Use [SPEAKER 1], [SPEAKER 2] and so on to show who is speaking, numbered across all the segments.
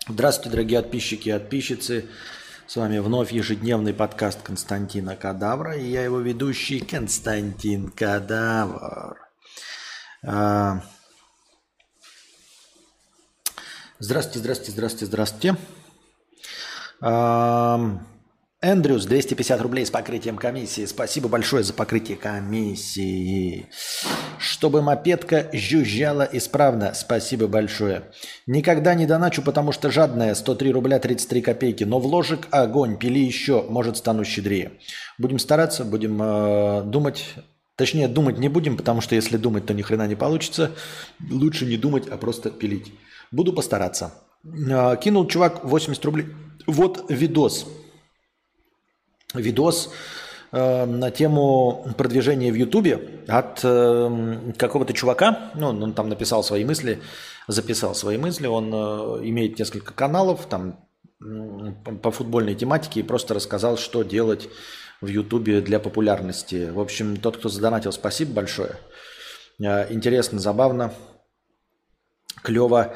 [SPEAKER 1] Здравствуйте, дорогие подписчики и подписчицы. С вами вновь ежедневный подкаст Константина Кадавра. И я его ведущий Константин Кадавр. А, Здравствуйте, здравствуйте, здравствуйте, здравствуйте. Эндрюс, 250 рублей с покрытием комиссии. Спасибо большое за покрытие комиссии. Чтобы мопедка жужжала исправно. Спасибо большое. Никогда не доначу, потому что жадная. 103 рубля 33 копейки. Но вложек огонь. Пили еще. Может, стану щедрее. Будем стараться, будем думать. Точнее, думать не будем, потому что если думать, то ни хрена не получится. Лучше не думать, а просто пилить. Буду постараться. Кинул чувак 80 рублей. Вот видос. Видос на тему продвижения в Ютубе от какого-то чувака. Ну, он там написал свои мысли, записал свои мысли. Он имеет несколько каналов там по футбольной тематике и просто рассказал, что делать в Ютубе для популярности. В общем, тот, кто задонатил, спасибо большое. Интересно, забавно, клево.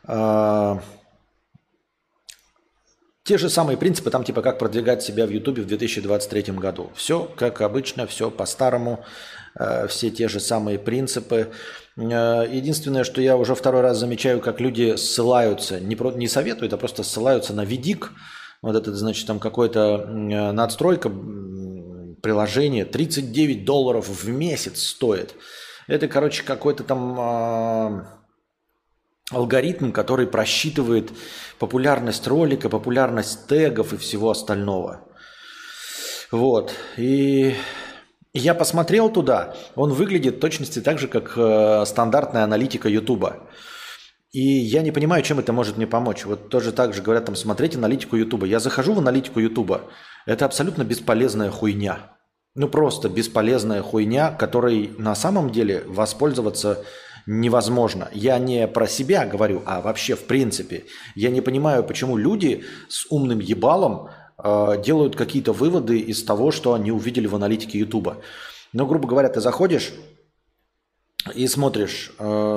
[SPEAKER 1] Те же самые принципы, там типа как продвигать себя в Ютубе в 2023 году. Все как обычно, все по-старому, все те же самые принципы. Единственное, что я уже второй раз замечаю, как люди ссылаются, не советуют, а просто ссылаются на Видик. Вот это, значит, там какая-то надстройка приложения, $39 в месяц стоит. Это, короче, какой-то там алгоритм, который просчитывает популярность ролика, популярность тегов и всего остального. Вот. И я посмотрел туда. Он выглядит в точности так же, как стандартная аналитика Ютуба. И я не понимаю, чем это может мне помочь. Вот тоже так же говорят, там, смотреть аналитику Ютуба. Я захожу в аналитику Ютуба. Это абсолютно бесполезная хуйня. Ну, просто бесполезная хуйня, которой на самом деле воспользоваться невозможно. Я не про себя говорю, а вообще в принципе. Я не понимаю, почему люди с умным ебалом делают какие-то выводы из того, что они увидели в аналитике Ютуба. Ну, грубо говоря, ты заходишь и смотришь,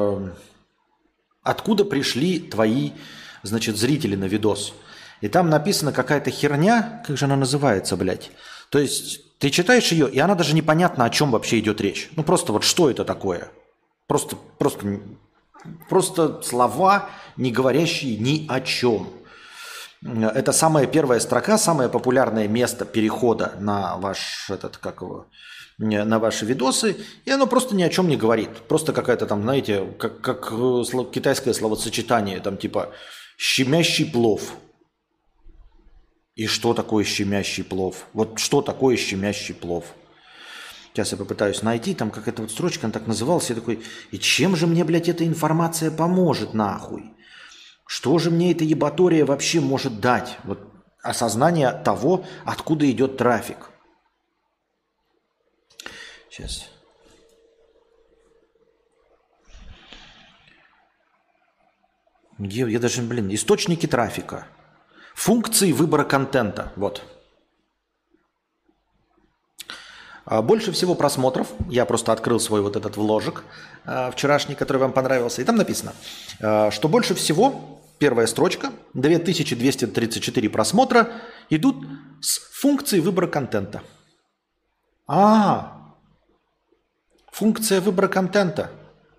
[SPEAKER 1] откуда пришли твои, значит, зрители на видос. И там написана какая-то херня, как же она называется, блядь. То есть ты читаешь ее, и она даже непонятно, о чем вообще идет речь. Ну, просто вот что это такое? Просто слова, не говорящие ни о чем. Это самая первая строка, самое популярное место перехода на ваш на ваши видосы, и оно просто ни о чем не говорит. Просто какая-то там, знаете, как китайское словосочетание, там типа щемящий плов. И что такое щемящий плов? Вот что такое щемящий плов? Сейчас я попытаюсь найти, там какая-то вот строчка, она так называлась, я такой, и чем же мне, блядь, эта информация поможет нахуй? Что же мне эта ебатория вообще может дать? Вот осознание того, откуда идет трафик. Сейчас. Где? Я даже, источники трафика. Функции выбора контента. Вот. Больше всего просмотров, я просто открыл свой вот этот вложек вчерашний, который вам понравился, и там написано, что больше всего, первая строчка, 2234 просмотра идут с функцией выбора контента. Функция выбора контента.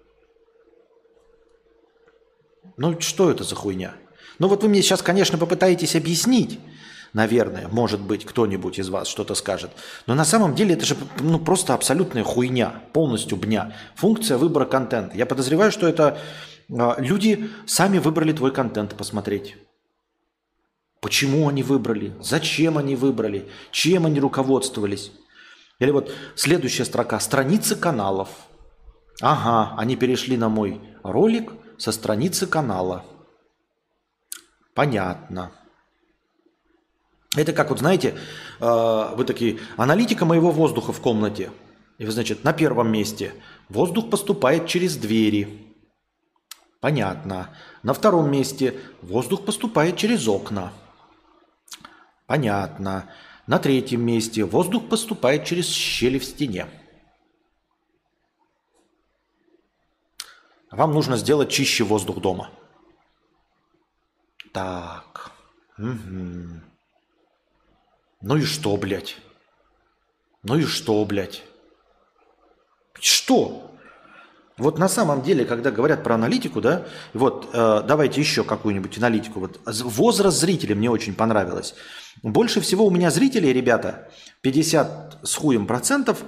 [SPEAKER 1] Ну что это за хуйня? Ну вот вы мне сейчас, конечно, попытаетесь объяснить, наверное, может быть, кто-нибудь из вас что-то скажет. Но на самом деле это же просто абсолютная хуйня, полностью бня. Функция выбора контента. Я подозреваю, что это люди сами выбрали твой контент посмотреть. Почему они выбрали? Зачем они выбрали? Чем они руководствовались? Или вот следующая строка. Страницы каналов. Ага, они перешли на мой ролик со страницы канала. Понятно. Это как вот, знаете, вы такие, аналитика моего воздуха в комнате. И вы, значит, на первом месте воздух поступает через двери. Понятно. На втором месте воздух поступает через окна. Понятно. На третьем месте воздух поступает через щели в стене. Вам нужно сделать чище воздух дома. Так. Мгм. Ну и что, блядь? Ну и что, блядь? Что? Вот на самом деле, когда говорят про аналитику, да, вот давайте еще какую-нибудь аналитику. Вот возраст зрителей мне очень понравилось. Больше всего у меня зрителей, ребята, 50 с хуем процентов,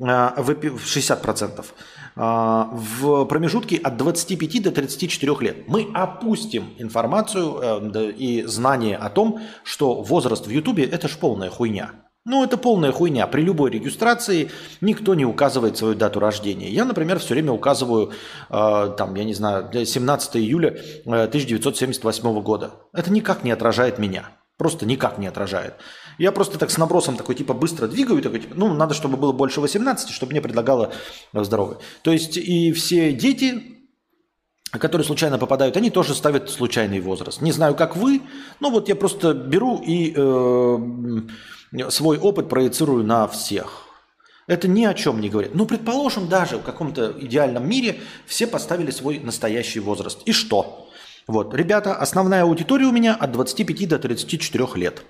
[SPEAKER 1] 60%, в промежутке от 25 до 34 лет. Мы опустим информацию и знание о том, что возраст в Ютубе – это ж полная хуйня. Ну, это полная хуйня. При любой регистрации никто не указывает свою дату рождения. Я, например, все время указываю, там, я не знаю, 17 июля 1978 года. Это никак не отражает меня. Просто никак не отражает. Я просто так с набросом такой, типа, быстро двигаю, такой, типа, ну, надо, чтобы было больше 18, чтобы мне предлагало здоровье. То есть и все дети, которые случайно попадают, они тоже ставят случайный возраст. Не знаю, как вы, но вот я просто беру и свой опыт проецирую на всех. Это ни о чем не говорит. Ну, предположим, даже в каком-то идеальном мире все поставили свой настоящий возраст. И что? Вот, ребята, основная аудитория у меня от 25 до 34 лет.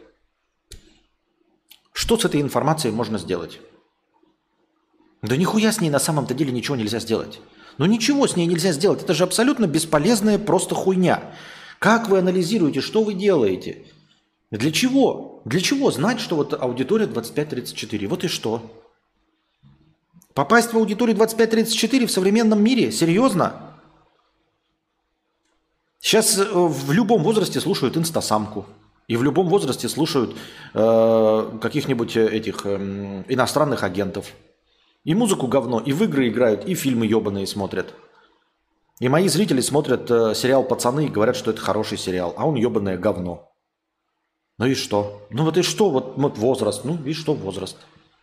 [SPEAKER 1] Что с этой информацией можно сделать? Да нихуя с ней на самом-то деле ничего нельзя сделать. Ну ничего с ней нельзя сделать. Это же абсолютно бесполезная просто хуйня. Как вы анализируете, что вы делаете? Для чего? Для чего знать, что вот аудитория 25-34? Вот и что? Попасть в аудиторию 25-34 в современном мире? Серьезно? Сейчас в любом возрасте слушают инстасамку. И в любом возрасте слушают каких-нибудь этих иностранных агентов. И музыку говно, и в игры играют, и фильмы ебаные смотрят. И мои зрители смотрят сериал «Пацаны» и говорят, что это хороший сериал, а он ебаное говно. Ну и что? Ну вот и что? Вот возраст. Ну и что возраст?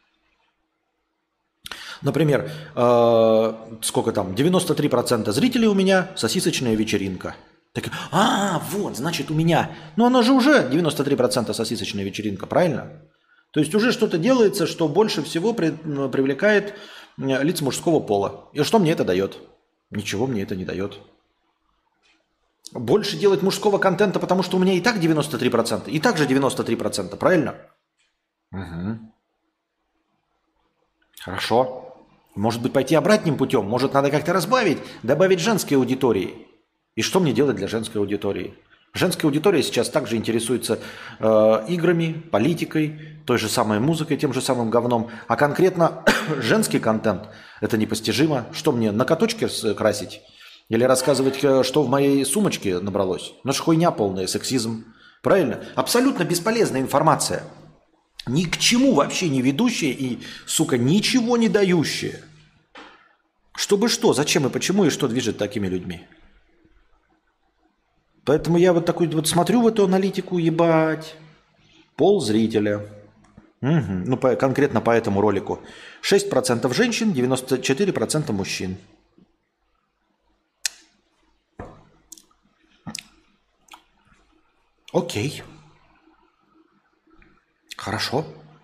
[SPEAKER 1] Например, сколько там? 93% зрителей у меня сосисочная вечеринка. Так, вот, значит у меня. Ну она же уже 93% сосисочная вечеринка, правильно? То есть уже что-то делается, что больше всего привлекает лиц мужского пола. И что мне это дает? Ничего мне это не дает. Больше делать мужского контента, потому что у меня и так 93%, и так же 93%, правильно? Угу. Хорошо. Может быть, пойти обратным путем? Может, надо как-то разбавить, добавить женской аудитории? И что мне делать для женской аудитории? Женская аудитория сейчас также интересуется играми, политикой, той же самой музыкой, тем же самым говном. А конкретно женский контент – это непостижимо. Что мне, на каточке красить? Или рассказывать, что в моей сумочке набралось? Ну, ж хуйня полная, сексизм. Правильно? Абсолютно бесполезная информация. Ни к чему вообще не ведущая и, сука, ничего не дающая. Чтобы что, зачем и почему, и что движет такими людьми? Поэтому я вот такой вот смотрю в эту аналитику, ебать. Пол зрителя. Угу. Ну, конкретно по этому ролику. 6% женщин, 94% мужчин. Окей. Хорошо.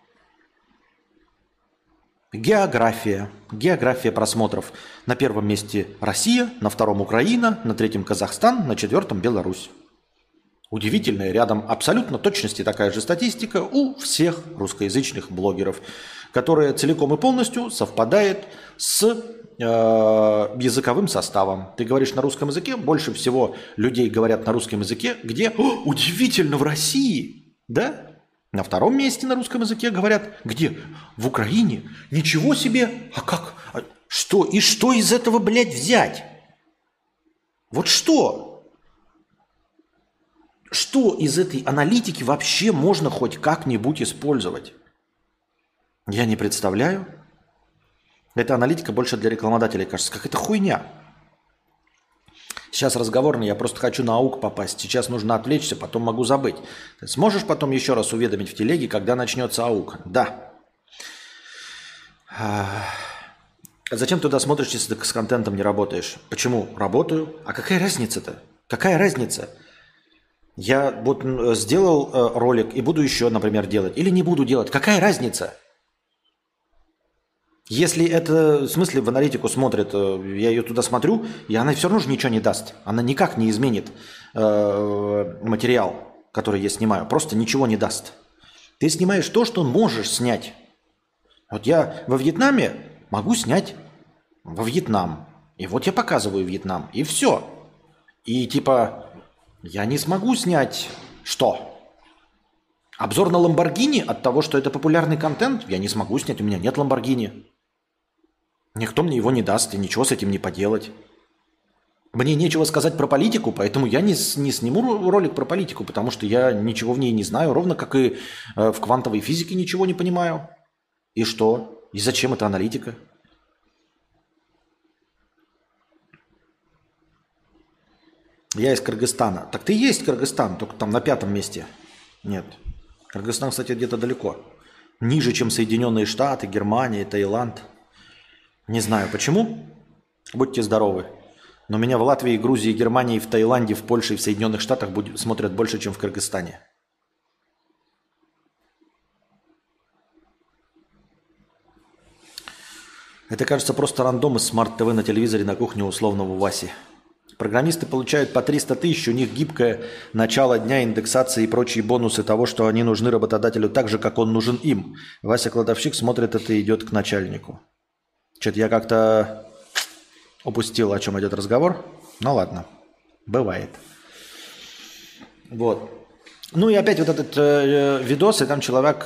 [SPEAKER 1] География. География просмотров. На первом месте Россия, на втором Украина, на третьем Казахстан, на четвертом Беларусь. Удивительная, рядом абсолютно точности такая же статистика у всех русскоязычных блогеров, которая целиком и полностью совпадает с языковым составом. Ты говоришь на русском языке, больше всего людей говорят на русском языке, где удивительно в России, да? На втором месте на русском языке говорят, где? В Украине? Ничего себе! А как? Что? И что из этого, блядь, взять? Вот что? Что из этой аналитики вообще можно хоть как-нибудь использовать? Я не представляю. Эта аналитика больше для рекламодателей, кажется, как это хуйня. Сейчас разговорный, я просто хочу на АУК попасть. Сейчас нужно отвлечься, потом могу забыть. Ты сможешь потом еще раз уведомить в телеге, когда начнется АУК? Да. Зачем туда смотришь, если ты с контентом не работаешь? Почему? Работаю. А какая разница-то? Какая разница? Я вот сделал ролик и буду еще, например, делать. Или не буду делать. Какая разница? Если это, в смысле, в аналитику смотрит, я ее туда смотрю, и она все равно же ничего не даст. Она никак не изменит материал, который я снимаю. Просто ничего не даст. Ты снимаешь то, что можешь снять. Вот я во Вьетнаме могу снять во Вьетнам. И вот я показываю Вьетнам. И все. И типа я не смогу снять что? Обзор на Ламборгини от того, что это популярный контент, я не смогу снять. У меня нет Ламборгини. Никто мне его не даст, и ничего с этим не поделать. Мне нечего сказать про политику, поэтому я не сниму ролик про политику, потому что я ничего в ней не знаю, ровно как и в квантовой физике ничего не понимаю. И что? И зачем эта аналитика? Я из Кыргызстана. Так ты и есть Кыргызстан, только там на 5-м месте. Нет. Кыргызстан, кстати, где-то далеко. Ниже, чем Соединенные Штаты, Германия, Таиланд. Не знаю почему. Будьте здоровы. Но меня в Латвии, Грузии, Германии, в Таиланде, в Польше и в Соединенных Штатах смотрят больше, чем в Кыргызстане. Это, кажется, просто рандом из смарт-ТВ на телевизоре на кухне условного Васи. Программисты получают по 300 тысяч, у них гибкое начало дня, индексации и прочие бонусы того, что они нужны работодателю так же, как он нужен им. Вася-кладовщик смотрит это и идет к начальнику. Что-то я как-то упустил, о чем идет разговор. Ну ладно, бывает. Вот. Ну и опять вот этот видос, и там человек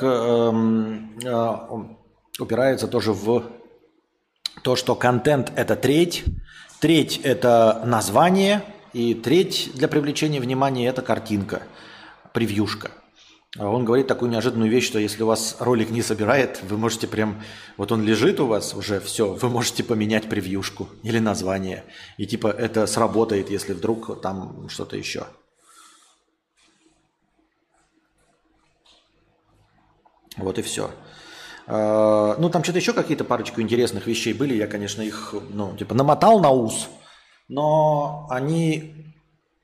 [SPEAKER 1] упирается тоже в то, что контент – это треть – это название, и треть для привлечения внимания – это картинка, превьюшка. Он говорит такую неожиданную вещь, что если у вас ролик не собирает, вы можете прям, вот он лежит у вас уже, все, вы можете поменять превьюшку или название. И типа это сработает, если вдруг там что-то еще. Вот и все. Ну, там что-то еще какие-то парочку интересных вещей были. Я, конечно, их, ну, типа, намотал на ус. Но они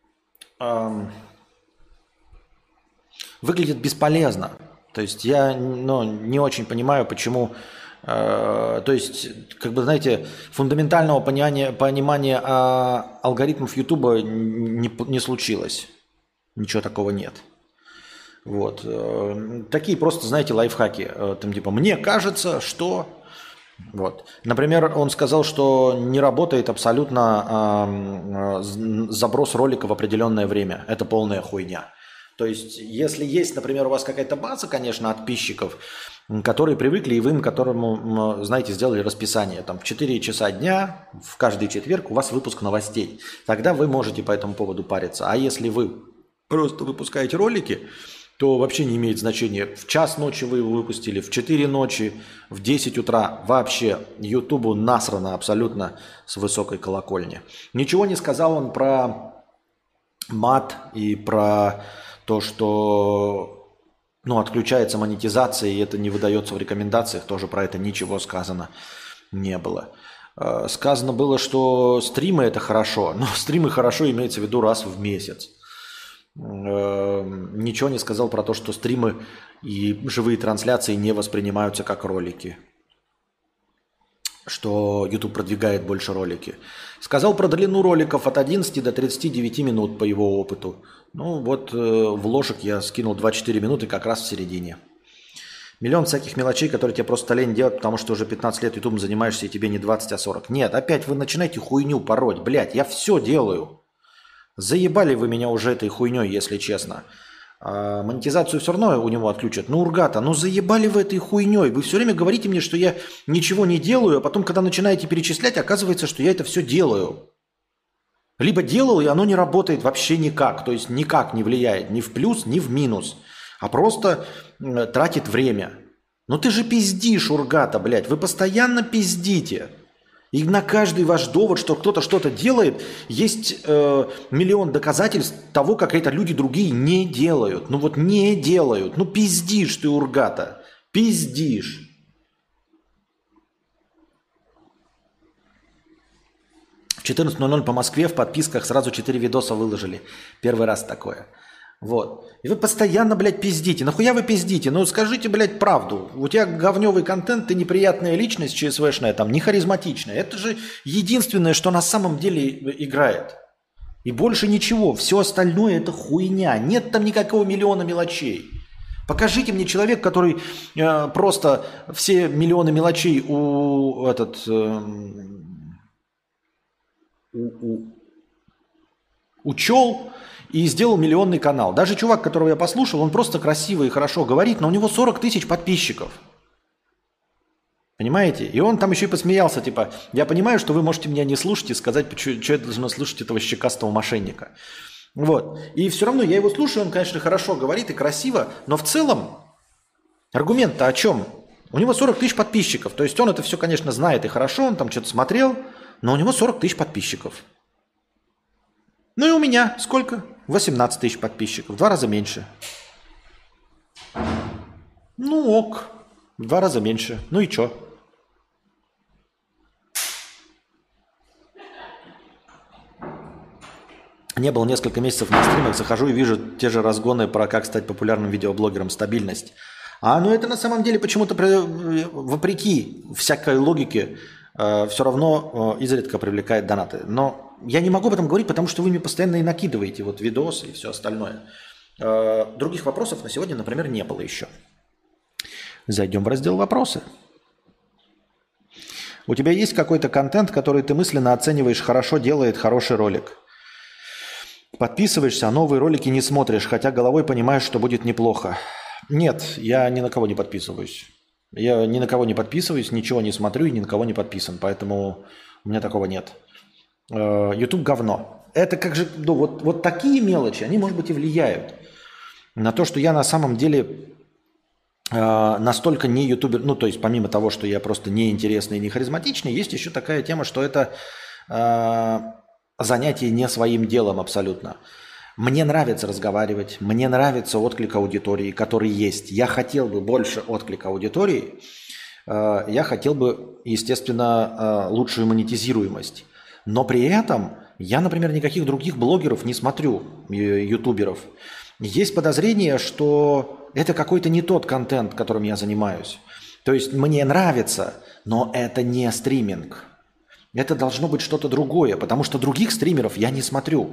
[SPEAKER 1] выглядят бесполезно. То есть я, ну, не очень понимаю, почему... то есть, как бы, знаете, фундаментального понимания алгоритмов Ютуба не случилось. Ничего такого нет. Вот. Такие просто, знаете, лайфхаки. Там типа, мне кажется, что... Вот. Например, он сказал, что не работает абсолютно заброс ролика в определенное время. Это полная хуйня. То есть, если есть, например, у вас какая-то база, конечно, подписчиков, которые привыкли и вы им, которому, знаете, сделали расписание. Там в 4 часа дня, в каждый четверг у вас выпуск новостей. Тогда вы можете по этому поводу париться. А если вы просто выпускаете ролики, то вообще не имеет значения. В час ночи вы его выпустили, в 4 ночи, в 10 утра. Вообще Ютубу насрано абсолютно с высокой колокольни. Ничего не сказал он про мат и про то, что отключается монетизация, и это не выдается в рекомендациях. Тоже про это ничего сказано не было. Сказано было, что стримы это хорошо. Но стримы хорошо имеется в виду раз в месяц. Ничего не сказал про то, что стримы и живые трансляции не воспринимаются как ролики. Что YouTube продвигает больше ролики. Сказал про длину роликов от 11 до 39 минут по его опыту. Ну вот в ложек я скинул 24 минуты как раз в середине. Миллион всяких мелочей, которые тебе просто лень делать, потому что уже 15 лет YouTube занимаешься и тебе не 20, а 40. Нет, опять вы начинаете хуйню пороть. Блядь, я все делаю. Заебали вы меня уже этой хуйней, если честно. Монетизацию все равно у него отключат. Ну, Ургата, ну заебали вы этой хуйней. Вы все время говорите мне, что я ничего не делаю, а потом, когда начинаете перечислять, оказывается, что я это все делаю. Либо делал, и оно не работает вообще никак. То есть никак не влияет ни в плюс, ни в минус. А просто тратит время. Ну ты же пиздишь, Ургата, блядь. Вы постоянно пиздите. И на каждый ваш довод, что кто-то что-то делает, есть миллион доказательств того, как это люди другие не делают. Ну вот не делают. Ну пиздишь ты, Ургата. Пиздишь. В 14:00 по Москве в подписках сразу 4 видоса выложили. Первый раз такое. Вот. И вы постоянно, блядь, пиздите. Нахуя вы пиздите? Ну скажите, блядь, правду. У тебя говневый контент, ты неприятная личность ЧСВшная, там, не харизматичная. Это же единственное, что на самом деле играет. И больше ничего. Все остальное это хуйня. Нет там никакого миллиона мелочей. Покажите мне человека, который просто все миллионы мелочей учел и сделал миллионный канал. Даже чувак, которого я послушал, он просто красиво и хорошо говорит, но у него 40 тысяч подписчиков. Понимаете? И он там еще и посмеялся, типа, я понимаю, что вы можете меня не слушать и сказать, что я должен слушать этого щекастого мошенника. Вот. И все равно я его слушаю, он, конечно, хорошо говорит и красиво, но в целом аргумент-то о чем? У него 40 тысяч подписчиков. То есть он это все, конечно, знает и хорошо, он там что-то смотрел, но у него 40 тысяч подписчиков. Ну и у меня сколько? 18 тысяч подписчиков, в 2 раза меньше. Ну ок, в 2 раза меньше. Ну и чё? Не был несколько месяцев на стримах, захожу и вижу те же разгоны про как стать популярным видеоблогером, стабильность. Ну это на самом деле почему-то вопреки всякой логике все равно изредка привлекает донаты. Но я не могу об этом говорить, потому что вы мне постоянно и накидываете вот видосы и все остальное. Других вопросов на сегодня, например, не было еще. Зайдем в раздел «Вопросы». У тебя есть какой-то контент, который ты мысленно оцениваешь, хорошо делает хороший ролик? Подписываешься, а новые ролики не смотришь, хотя головой понимаешь, что будет неплохо. Нет, я ни на кого не подписываюсь. Я ни на кого не подписываюсь, ничего не смотрю и ни на кого не подписан, поэтому у меня такого нет. YouTube говно. Это как же, ну, вот такие мелочи, они, может быть, и влияют на то, что я на самом деле настолько не ютубер, ну, то есть помимо того, что я просто неинтересный и не харизматичный, есть еще такая тема, что это занятие не своим делом абсолютно. Мне нравится разговаривать, мне нравится отклик аудитории, который есть. Я хотел бы больше отклика аудитории, я хотел бы, естественно, лучшую монетизируемость. Но при этом я, например, никаких других блогеров не смотрю, ютуберов. Есть подозрение, что это какой-то не тот контент, которым я занимаюсь. То есть мне нравится, но это не стриминг. Это должно быть что-то другое, потому что других стримеров я не смотрю.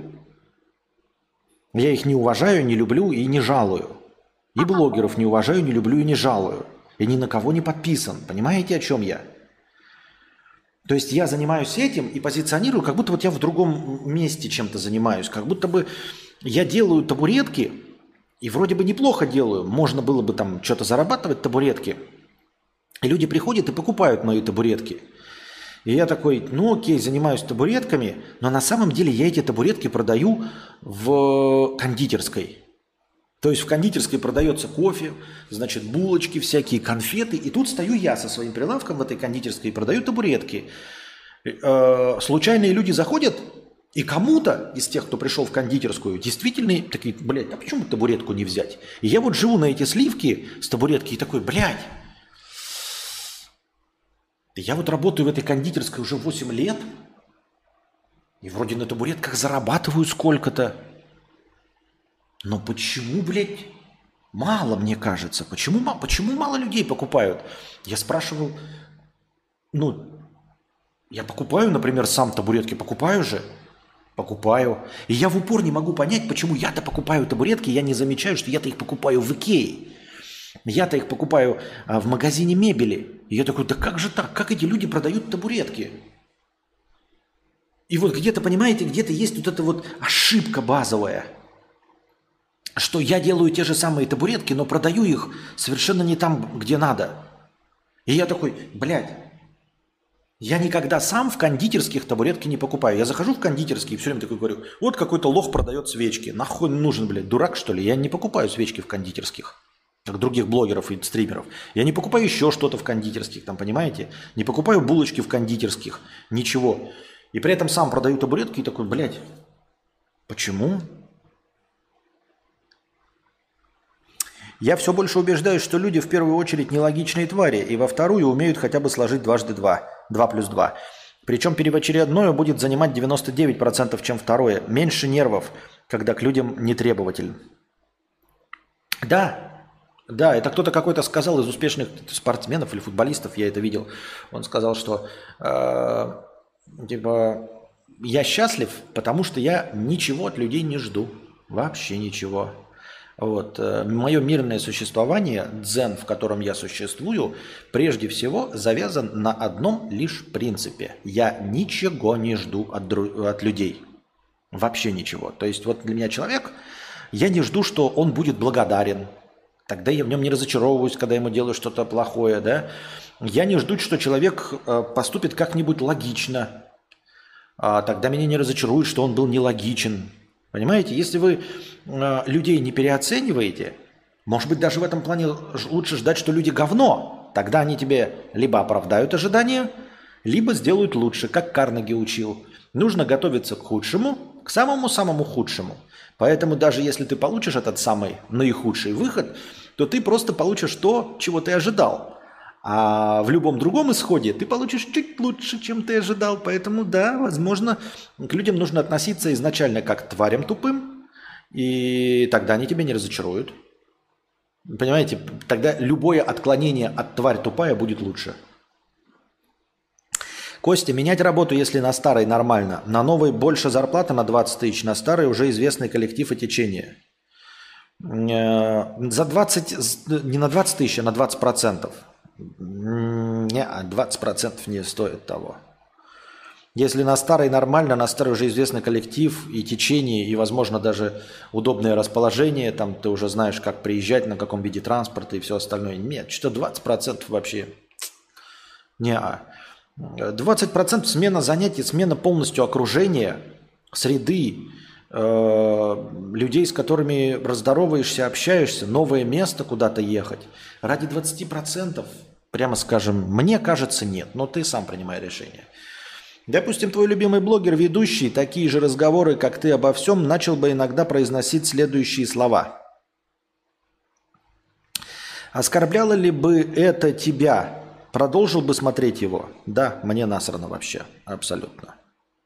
[SPEAKER 1] Я их не уважаю, не люблю и не жалую. И блогеров не уважаю, не люблю и не жалую. И ни на кого не подписан. Понимаете, о чем я? То есть я занимаюсь этим и позиционирую, как будто вот я в другом месте чем-то занимаюсь. Как будто бы я делаю табуретки, и вроде бы неплохо делаю. Можно было бы там что-то зарабатывать, табуретки. И люди приходят и покупают мои табуретки. И я такой, ну окей, занимаюсь табуретками, но на самом деле я эти табуретки продаю в кондитерской. То есть в кондитерской продается кофе, значит, булочки всякие, конфеты. И тут стою я со своим прилавком в этой кондитерской и продаю табуретки. Случайные люди заходят, и кому-то из тех, кто пришел в кондитерскую, действительно такие, блядь, а почему табуретку не взять? И я вот живу на эти сливки с табуретки и такой, блядь, я вот работаю в этой кондитерской уже 8 лет, и вроде на табуретках зарабатываю сколько-то. Но почему, блядь, мало, мне кажется? Почему мало людей покупают? Я спрашивал, я покупаю, например, сам табуретки, покупаю же. Покупаю. И я в упор не могу понять, почему я-то покупаю табуретки, я не замечаю, что я-то их покупаю в Икее. Я-то их покупаю в магазине мебели. И я такой, да как же так? Как эти люди продают табуретки? И вот где-то, понимаете, где-то есть вот эта вот ошибка базовая, что я делаю те же самые табуретки, но продаю их совершенно не там, где надо. И я такой, блядь, я никогда сам в кондитерских табуретки не покупаю. Я захожу в кондитерские и все время такой говорю, вот какой-то лох продает свечки. Нахуй нужен, блядь, дурак, что ли? Я не покупаю свечки в кондитерских, как других блогеров и стримеров. Я не покупаю еще что-то в кондитерских, там, понимаете? Не покупаю булочки в кондитерских, ничего. И при этом сам продаю табуретки и такой, блядь, почему? Я все больше убеждаюсь, что люди в первую очередь нелогичные твари, и во вторую умеют хотя бы сложить дважды два, 2 плюс 2. Причем первоочередное будет занимать 99%, чем второе. Меньше нервов, когда к людям не требователь. Да, да, это кто-то какой-то сказал из успешных спортсменов или футболистов, я это видел. Он сказал, что типа я счастлив, потому что я ничего от людей не жду. Вообще ничего. Вот. Мое мирное существование, дзен, в котором я существую, прежде всего завязан на одном лишь принципе. Я ничего не жду от людей. Вообще ничего. То есть вот для меня человек, я не жду, что он будет благодарен. Тогда я в нем не разочаровываюсь, когда ему делаю что-то плохое. Да? Я не жду, что человек поступит как-нибудь логично. Тогда меня не разочарует, что он был нелогичен. Понимаете, если вы людей не переоцениваете, может быть, даже в этом плане лучше ждать, что люди говно. Тогда они тебе либо оправдают ожидания, либо сделают лучше, как Карнеги учил. Нужно готовиться к худшему, к самому-самому худшему. Поэтому даже если ты получишь этот самый наихудший выход, то ты просто получишь то, чего ты ожидал. А в любом другом исходе ты получишь чуть лучше, чем ты ожидал. Поэтому, да, возможно, к людям нужно относиться изначально как к тварям тупым, и тогда они тебя не разочаруют. Понимаете, тогда любое отклонение от тварь тупая будет лучше. Костя, менять работу, если на старой нормально. На новой больше зарплата на 20 тысяч, на старой уже известный коллектив и течение. За 20, не на 20 тысяч, а на 20%. Не, 20% не стоит того. Если на старой нормально, на старой уже известный коллектив и течение, и, возможно, даже удобное расположение, там ты уже знаешь, как приезжать, на каком виде транспорта и все остальное. Нет, что 20% вообще. Не, 20% смена занятий, смена полностью окружения, среды, людей, с которыми раздороваешься, общаешься, новое место куда-то ехать. Ради 20%, прямо скажем, мне кажется, нет. Но ты сам принимай решение. Допустим, твой любимый блогер, ведущий, такие же разговоры, как ты обо всем, начал бы иногда произносить следующие слова. Оскорбляло ли бы это тебя? Продолжил бы смотреть его? Да, мне насрано вообще. Абсолютно.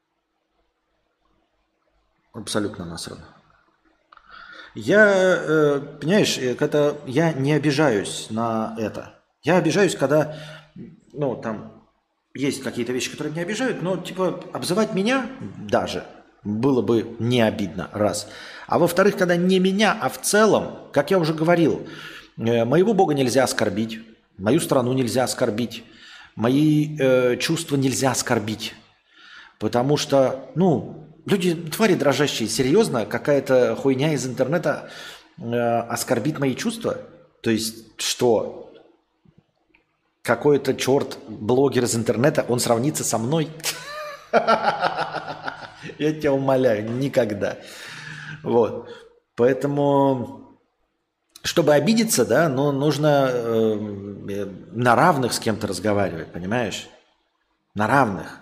[SPEAKER 1] Абсолютно насрано. Я, понимаешь, я не обижаюсь на это. Я обижаюсь, когда, ну, там, есть какие-то вещи, которые меня обижают, но, типа, обзывать меня даже было бы не обидно, раз. А во-вторых, когда не меня, а в целом, как я уже говорил, моего Бога нельзя оскорбить, мою страну нельзя оскорбить, мои чувства нельзя оскорбить, потому что, ну, люди, твари дрожащие, серьезно, какая-то хуйня из интернета оскорбит мои чувства? То есть что? Какой-то черт, блогер из интернета, он сравнится со мной? Я тебя умоляю, никогда. Вот. Поэтому, чтобы обидеться, да, ну, нужно на равных с кем-то разговаривать, понимаешь? На равных.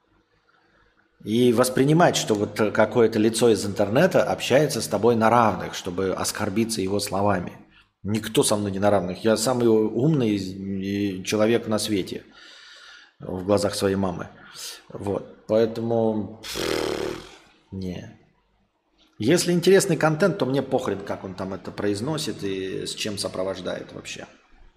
[SPEAKER 1] И воспринимать, что вот какое-то лицо из интернета общается с тобой на равных, чтобы оскорбиться его словами. Никто со мной не на равных. Я самый умный человек на свете в глазах своей мамы. Вот. Поэтому не. Если интересный контент, то мне похрен, как он там это произносит и с чем сопровождает вообще.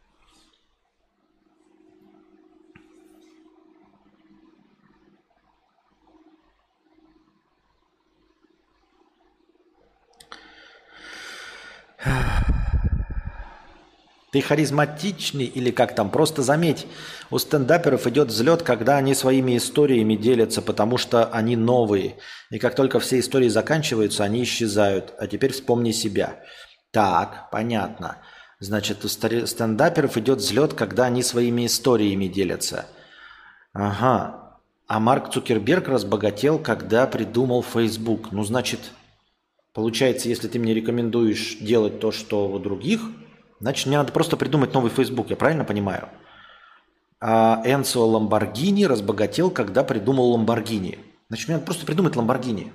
[SPEAKER 1] Ты харизматичный или как там? Просто заметь, у стендаперов идет взлет, когда они своими историями делятся, потому что они новые. И как только все истории заканчиваются, они исчезают. А теперь вспомни себя. Так, понятно. Значит, у стендаперов идет взлет, когда они своими историями делятся. Ага. А Марк Цукерберг разбогател, когда придумал Facebook. Ну, значит, получается, если ты мне рекомендуешь делать то, что у других... Значит, мне надо просто придумать новый Facebook, я правильно понимаю? А Энцо Ламборгини разбогател, когда придумал Ламборгини. Значит, мне надо просто придумать Ламборгини.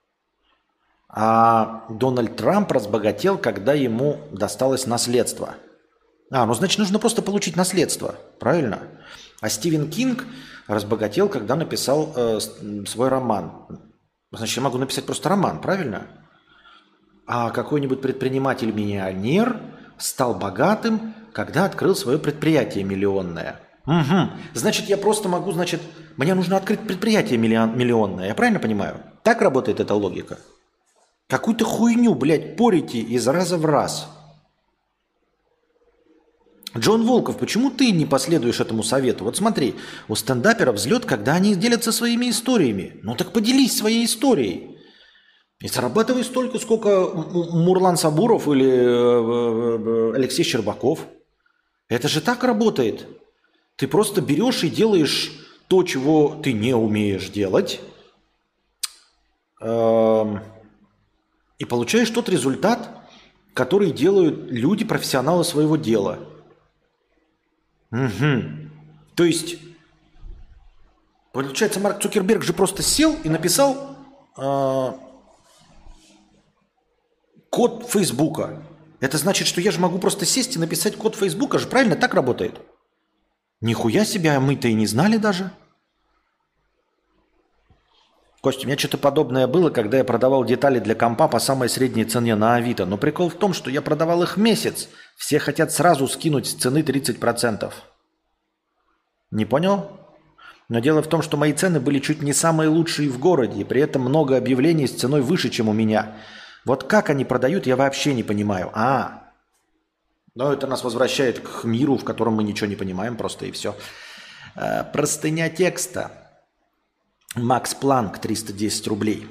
[SPEAKER 1] А Дональд Трамп разбогател, когда ему досталось наследство. Ну значит, нужно просто получить наследство, правильно? А Стивен Кинг разбогател, когда написал свой роман. Значит, я могу написать просто роман, правильно? А какой-нибудь предприниматель-миллионер стал богатым, когда открыл свое предприятие миллионное. Угу. Значит, я просто могу, мне нужно открыть предприятие миллионное. Я правильно понимаю? Так работает эта логика? Какую-то хуйню, блядь, порите из раза в раз. Джон Волков, почему ты не последуешь этому совету? Вот смотри, у стендаперов взлет, когда они делятся своими историями. Ну так поделись своей историей. И зарабатывай столько, сколько Мурлан Сабуров или Алексей Щербаков. Это же так работает. Ты просто берешь и делаешь то, чего ты не умеешь делать, и получаешь тот результат, который делают люди, профессионалы своего дела. Угу. То есть, получается, Марк Цукерберг же просто сел и написал код Фейсбука. Это значит, что я же могу просто сесть и написать код Фейсбука же, правильно? Так работает? Нихуя себе, а мы-то и не знали даже. Костя, у меня что-то подобное было, когда я продавал детали для компа по самой средней цене на Авито. Но прикол в том, что я продавал их месяц. Все хотят сразу скинуть с цены 30%. Не понял? Но дело в том, что мои цены были чуть не самые лучшие в городе, и при этом много объявлений с ценой выше, чем у меня. Вот как они продают, я вообще не понимаю. Но это нас возвращает к миру, в котором мы ничего не понимаем, просто и все. Простыня текста. Макс Планк, 310 рублей.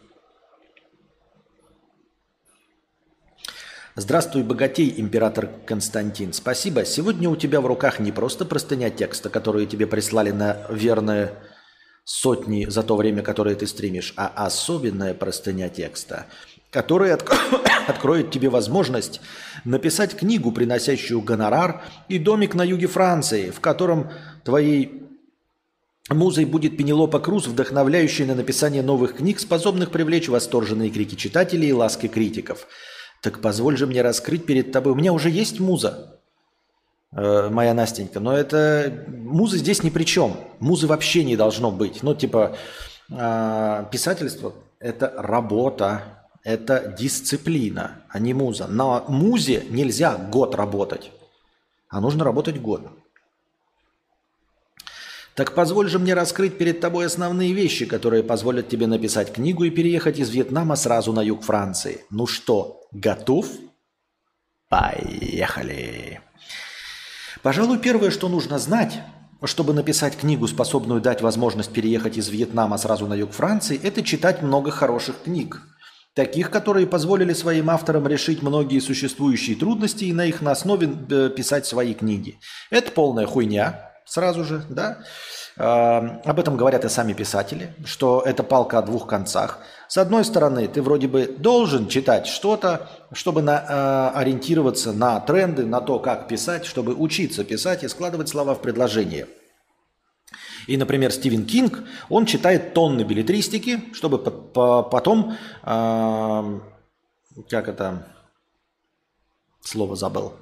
[SPEAKER 1] Здравствуй, богатей, император Константин. Спасибо. Сегодня у тебя в руках не просто простыня текста, которую тебе прислали на верные сотни за то время, которое ты стримишь, а особенная простыня текста, которая откроет тебе возможность написать книгу, приносящую гонорар, и домик на юге Франции, в котором твоей музой будет Пенелопа Круз, вдохновляющая на написание новых книг, способных привлечь восторженные крики читателей и ласки критиков. Так позволь же мне раскрыть перед тобой. У меня уже есть муза, моя Настенька, но это музы здесь ни при чем. Музы вообще не должно быть. Писательство – это работа, это дисциплина, а не муза. На музе нельзя год работать, а нужно работать год. Так позволь же мне раскрыть перед тобой основные вещи, которые позволят тебе написать книгу и переехать из Вьетнама сразу на юг Франции. Ну что, готов? Поехали! Пожалуй, первое, что нужно знать, чтобы написать книгу, способную дать возможность переехать из Вьетнама сразу на юг Франции, это читать много хороших книг. Таких, которые позволили своим авторам решить многие существующие трудности и на их основе писать свои книги. Это полная хуйня. Сразу же, да? Об этом говорят и сами писатели, что это палка о двух концах. С одной стороны, ты вроде бы должен читать что-то, чтобы ориентироваться на тренды, на то, как писать, чтобы учиться писать и складывать слова в предложения. И, например, Стивен Кинг, он читает тонны беллетристики, чтобы потом, как это, слово забыл,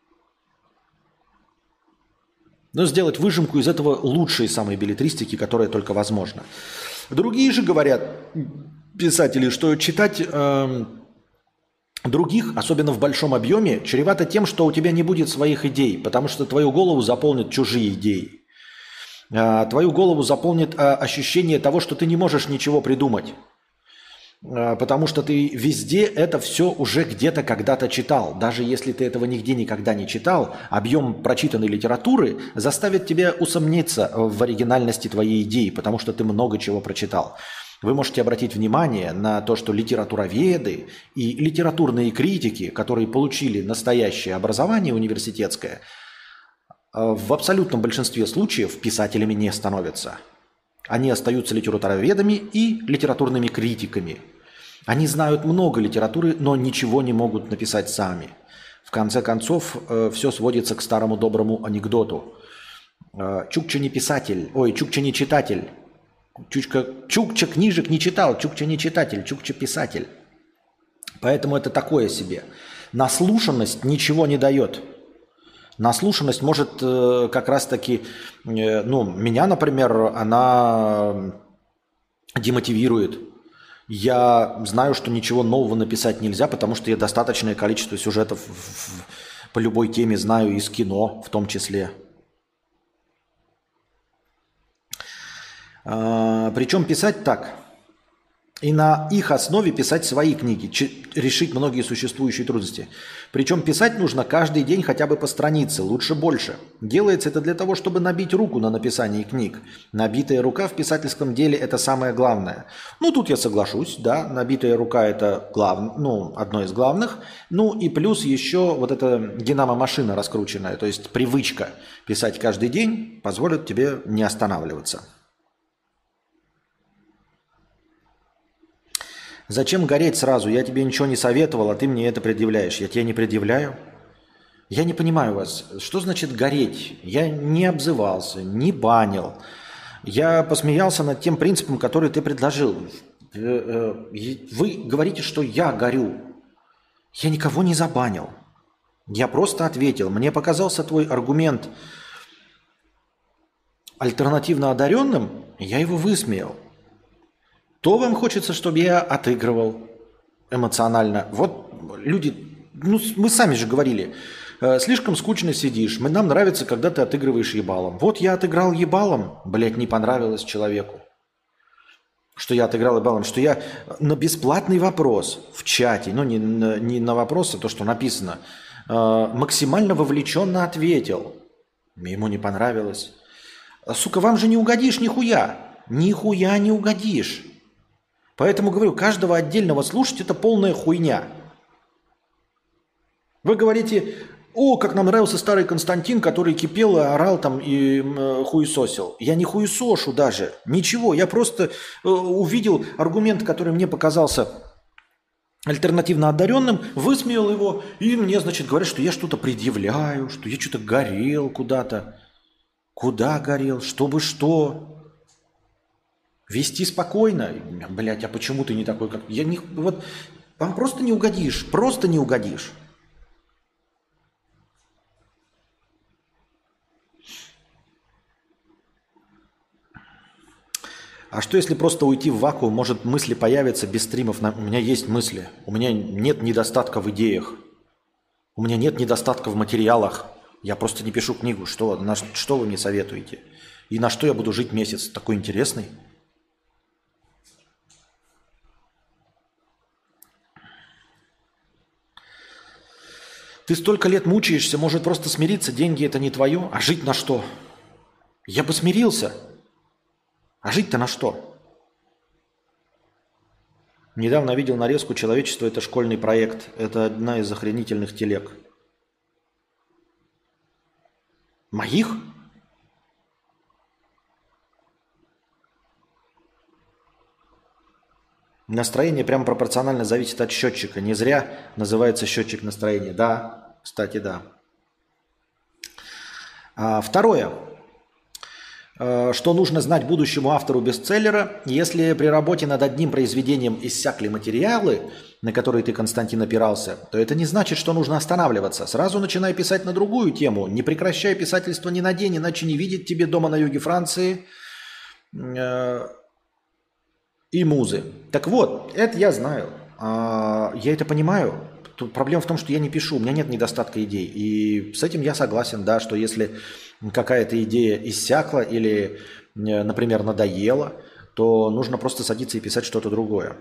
[SPEAKER 1] но сделать выжимку из этого лучшей самой беллетристики, которая только возможна. Другие же говорят, писатели, что читать других, особенно в большом объеме, чревато тем, что у тебя не будет своих идей, потому что твою голову заполнят чужие идеи. Твою голову заполнит ощущение того, что ты не можешь ничего придумать. Потому что ты везде это все уже где-то когда-то читал. Даже если ты этого нигде никогда не читал, объем прочитанной литературы заставит тебя усомниться в оригинальности твоей идеи, потому что ты много чего прочитал. Вы можете обратить внимание на то, что литературоведы и литературные критики, которые получили настоящее образование университетское, в абсолютном большинстве случаев писателями не становятся. Они остаются литературоведами и литературными критиками. Они знают много литературы, но ничего не могут написать сами. В конце концов, все сводится к старому доброму анекдоту. Чукча не писатель, Чукча не читатель. Чукча книжек не читал, Чукча не читатель, Чукча писатель. Поэтому это такое себе. Наслушанность ничего не дает. Наслушанность может как раз-таки, меня, например, она демотивирует. Я знаю, что ничего нового написать нельзя, потому что я достаточное количество сюжетов по любой теме знаю, из кино в том числе. Причем писать так. И на их основе писать свои книги, решить многие существующие трудности. Причем писать нужно каждый день хотя бы по странице, лучше больше. Делается это для того, чтобы набить руку на написании книг. Набитая рука в писательском деле – это самое главное. Ну, тут я соглашусь, да, набитая рука – это одно из главных. Ну, и плюс еще вот эта динамо-машина раскрученная, то есть привычка писать каждый день позволит тебе не останавливаться. Зачем гореть сразу? Я тебе ничего не советовал, а ты мне это предъявляешь. Я тебе не предъявляю. Я не понимаю вас. Что значит гореть? Я не обзывался, не банил. Я посмеялся над тем принципом, который ты предложил. Вы говорите, что я горю. Я никого не забанил. Я просто ответил. Мне показался твой аргумент альтернативно одаренным, я его высмеял. То вам хочется, чтобы я отыгрывал эмоционально. Вот люди, мы сами же говорили, слишком скучно сидишь, нам нравится, когда ты отыгрываешь ебалом. Вот я отыграл ебалом, блядь, не понравилось человеку. Что я отыграл ебалом, что я на бесплатный вопрос в чате, не на вопрос, а то, что написано, максимально вовлеченно ответил. Ему не понравилось. Сука, вам же не угодишь нихуя. Нихуя не угодишь. Поэтому говорю, каждого отдельного слушать – это полная хуйня. Вы говорите, как нам нравился старый Константин, который кипел, орал там и хуесосил. Я не хуесошу даже, ничего. Я просто увидел аргумент, который мне показался альтернативно одаренным, высмеял его, и мне, значит, говорят, что я что-то предъявляю, что я что-то горел куда-то. Куда горел? Чтобы что? Вести спокойно? Блять, а почему ты не такой, как... Вот вам просто не угодишь. Просто не угодишь. А что если просто уйти в вакуум? Может, мысли появятся без стримов? У меня есть мысли. У меня нет недостатка в идеях. У меня нет недостатка в материалах. Я просто не пишу книгу. Что вы мне советуете? И на что я буду жить месяц? Такой интересный. Ты столько лет мучаешься, может просто смириться, деньги это не твое, а жить на что? Я бы смирился, а жить-то на что? Недавно видел нарезку «Человечество – это школьный проект». Это одна из охренительных телег. Моих? Настроение прямо пропорционально зависит от счетчика. Не зря называется счетчик настроения. Да, кстати, да. Второе. Что нужно знать будущему автору бестселлера, если при работе над одним произведением иссякли материалы, на которые ты, Константин, опирался, то это не значит, что нужно останавливаться. Сразу начинай писать на другую тему. Не прекращай писательство ни на день, иначе не видит тебе дома на юге Франции и музы. Так вот, это я знаю. Я это понимаю. Тут проблема в том, что я не пишу, у меня нет недостатка идей. И с этим я согласен, да, что если какая-то идея иссякла или, например, надоела, то нужно просто садиться и писать что-то другое.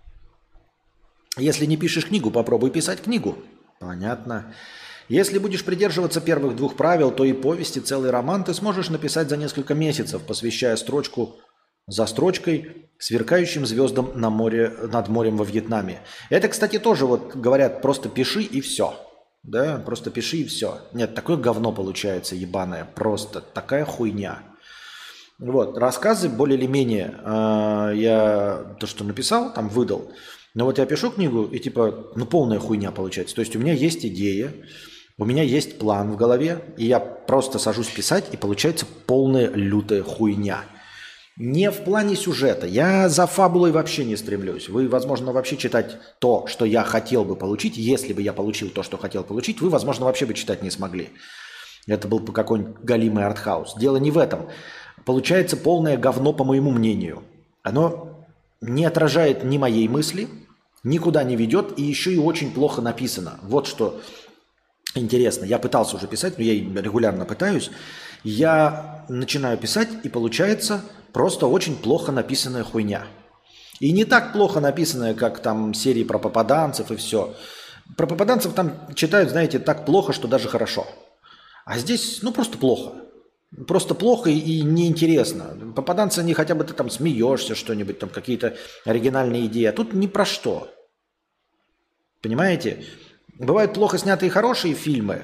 [SPEAKER 1] Если не пишешь книгу, попробуй писать книгу. Понятно. Если будешь придерживаться первых двух правил, то и повести, целый роман ты сможешь написать за несколько месяцев, посвящая строчку за строчкой сверкающим звездам над морем во Вьетнаме. Это, кстати, тоже вот говорят, просто пиши и все. Да, просто пиши и все. Нет, такое говно получается ебаное, просто такая хуйня. Вот, рассказы более или менее я то, что написал, там выдал. Но вот я пишу книгу, и типа, полная хуйня получается. То есть у меня есть идея, у меня есть план в голове, и я просто сажусь писать, и получается полная лютая хуйня. Не в плане сюжета. Я за фабулой вообще не стремлюсь. Вы, возможно, вообще читать то, что я хотел бы получить. Если бы я получил то, что хотел получить, вы, возможно, вообще бы читать не смогли. Это был бы какой-нибудь галимый артхаус. Дело не в этом. Получается полное говно, по моему мнению. Оно не отражает ни моей мысли, никуда не ведет и еще и очень плохо написано. Вот что интересно. Я пытался уже писать, но я регулярно пытаюсь. Я начинаю писать, и получается просто очень плохо написанная хуйня. И не так плохо написанная, как там серии про попаданцев и все. Про попаданцев там читают, знаете, так плохо, что даже хорошо. А здесь, ну, просто плохо. Просто плохо и неинтересно. Попаданцы, они хотя бы ты там смеешься что-нибудь, там какие-то оригинальные идеи. А тут ни про что. Понимаете? Бывают плохо снятые хорошие фильмы.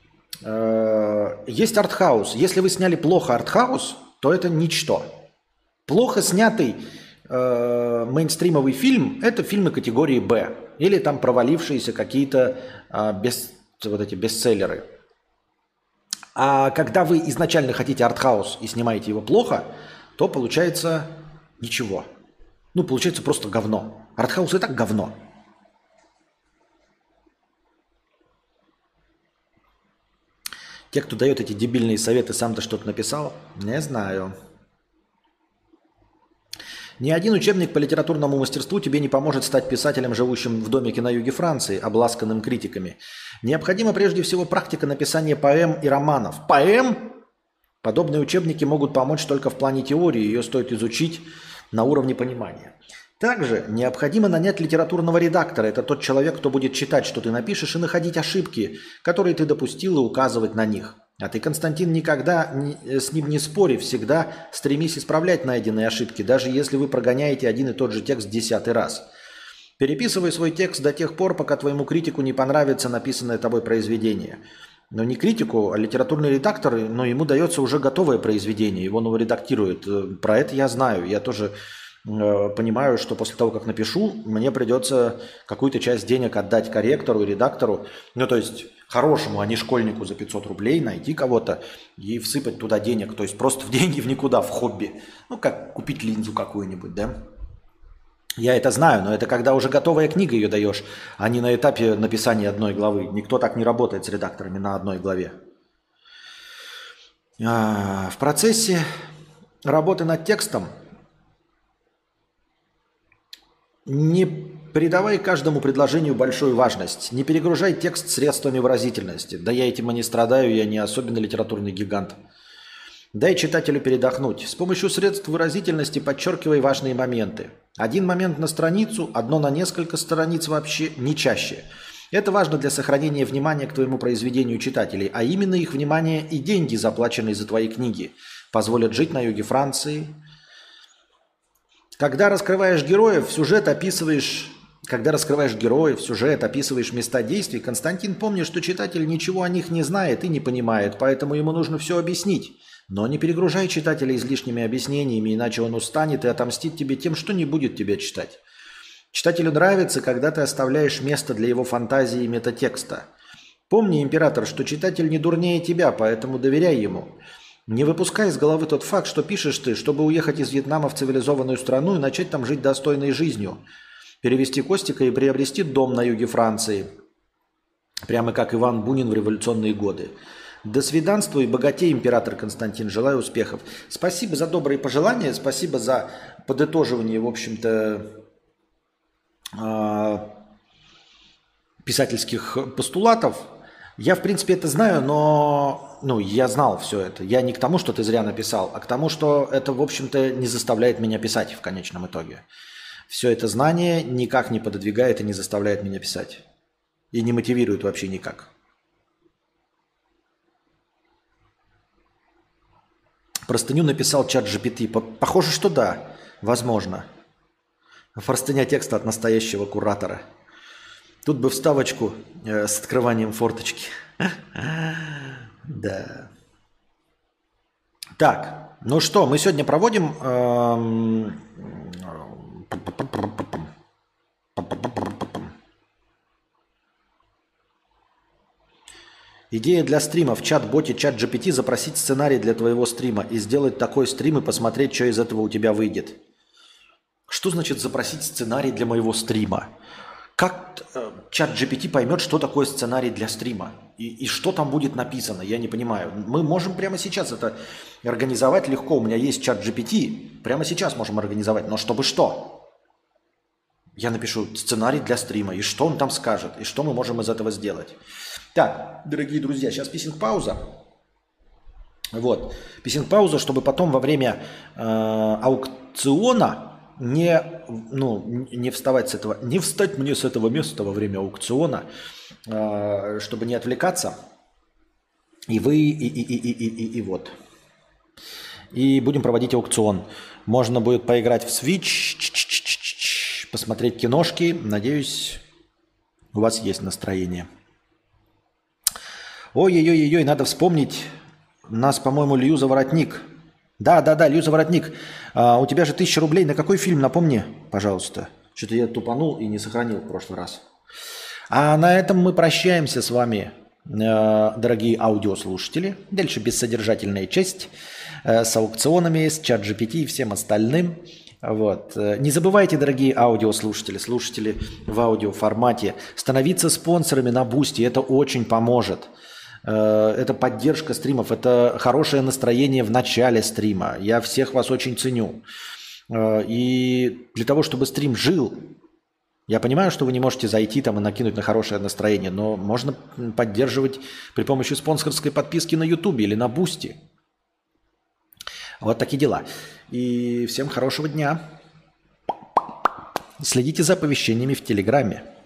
[SPEAKER 1] Есть артхаус. Если вы сняли плохо артхаус, то это ничто. Плохо снятый мейнстримовый фильм – это фильмы категории «Б». Или там провалившиеся какие-то вот эти бестселлеры. А когда вы изначально хотите артхаус и снимаете его плохо, то получается ничего. Ну, получается просто говно. Артхаус и так говно. Те, кто дает эти дебильные советы, сам-то что-то написал? Не знаю. Ни один учебник по литературному мастерству тебе не поможет стать писателем, живущим в домике на юге Франции, обласканным критиками. Необходима прежде всего практика написания поэм и романов. Поэм? Подобные учебники могут помочь только в плане теории, ее стоит изучить на уровне понимания. Также необходимо нанять литературного редактора. Это тот человек, кто будет читать, что ты напишешь, и находить ошибки, которые ты допустил, и указывать на них. А ты, Константин, никогда с ним не спори, всегда стремись исправлять найденные ошибки, даже если вы прогоняете один и тот же текст 10-й раз. Переписывай свой текст до тех пор, пока твоему критику не понравится написанное тобой произведение. Но не критику, а литературный редактор, но ему дается уже готовое произведение, его редактирует. Про это я знаю, я тоже понимаю, что после того, как напишу, мне придется какую-то часть денег отдать корректору и редактору, ну то есть хорошему, а не школьнику за 500 рублей, найти кого-то и всыпать туда денег, то есть просто в деньги в никуда, в хобби. Ну как купить линзу какую-нибудь, да? Я это знаю, но это когда уже готовая книга ее даешь, а не на этапе написания одной главы. Никто так не работает с редакторами на одной главе. В процессе работы над текстом не придавай каждому предложению большую важность. Не перегружай текст средствами выразительности. Да я этим и не страдаю, я не особенно литературный гигант. Дай читателю передохнуть. С помощью средств выразительности подчеркивай важные моменты. Один момент на страницу, одно на несколько страниц вообще, не чаще. Это важно для сохранения внимания к твоему произведению читателей, а именно их внимание и деньги, заплаченные за твои книги, позволят жить на юге Франции. Когда раскрываешь героев, сюжет описываешь места действий, Константин, помни, что читатель ничего о них не знает и не понимает, поэтому ему нужно все объяснить. Но не перегружай читателя излишними объяснениями, иначе он устанет и отомстит тебе тем, что не будет тебя читать. Читателю нравится, когда ты оставляешь место для его фантазии и метатекста. Помни, император, что читатель не дурнее тебя, поэтому доверяй ему. Не выпускай из головы тот факт, что пишешь ты, чтобы уехать из Вьетнама в цивилизованную страну и начать там жить достойной жизнью. Перевести Костика и приобрести дом на юге Франции. Прямо как Иван Бунин в революционные годы. До свиданства и богатей, император Константин. Желаю успехов. Спасибо за добрые пожелания, спасибо за подытоживание, в общем-то, писательских постулатов. Я, в принципе, это знаю, но я знал все это. Я не к тому, что ты зря написал, а к тому, что это, в общем-то, не заставляет меня писать в конечном итоге. Все это знание никак не пододвигает и не заставляет меня писать. И не мотивирует вообще никак. Простыню написал чат GPT. Похоже, что да. Возможно. Простыня текста от настоящего куратора. Тут бы вставочку с открыванием форточки. Да. Так, ну что, мы сегодня проводим... Идея для стрима в чат-боте чат GPT запросить сценарий для твоего стрима и сделать такой стрим и посмотреть, что из этого у тебя выйдет. Что значит запросить сценарий для моего стрима? Как чат GPT поймет, что такое сценарий для стрима? И что там будет написано? Я не понимаю. Мы можем прямо сейчас это организовать легко. У меня есть чат GPT. Прямо сейчас можем организовать. Но чтобы что? Я напишу сценарий для стрима, и что он там скажет, и что мы можем из этого сделать. Так, дорогие друзья, сейчас писинг-пауза. Вот, писинг-пауза, чтобы потом во время аукциона не вставать с этого, не встать мне с этого места во время аукциона, чтобы не отвлекаться. И вы, и вот. И будем проводить аукцион. Можно будет поиграть в Switch, посмотреть киношки. Надеюсь, у вас есть настроение. Ой-ой-ой-ой, надо вспомнить. Нас, по-моему, Лью Заворотник. Да, Лью Заворотник. У тебя же 1000 рублей. На какой фильм, напомни, пожалуйста. Что-то я тупанул и не сохранил в прошлый раз. А на этом мы прощаемся с вами, дорогие аудиослушатели. Дальше бессодержательная часть с аукционами, с чат-GPT и всем остальным. Вот. Не забывайте, дорогие аудиослушатели, слушатели в аудиоформате, становиться спонсорами на Бусти. Это очень поможет. Это поддержка стримов, это хорошее настроение в начале стрима. Я всех вас очень ценю. И для того, чтобы стрим жил, я понимаю, что вы не можете зайти там и накинуть на хорошее настроение, но можно поддерживать при помощи спонсорской подписки на YouTube или на Бусти. Вот такие дела. И всем хорошего дня. Следите за оповещениями в Телеграме.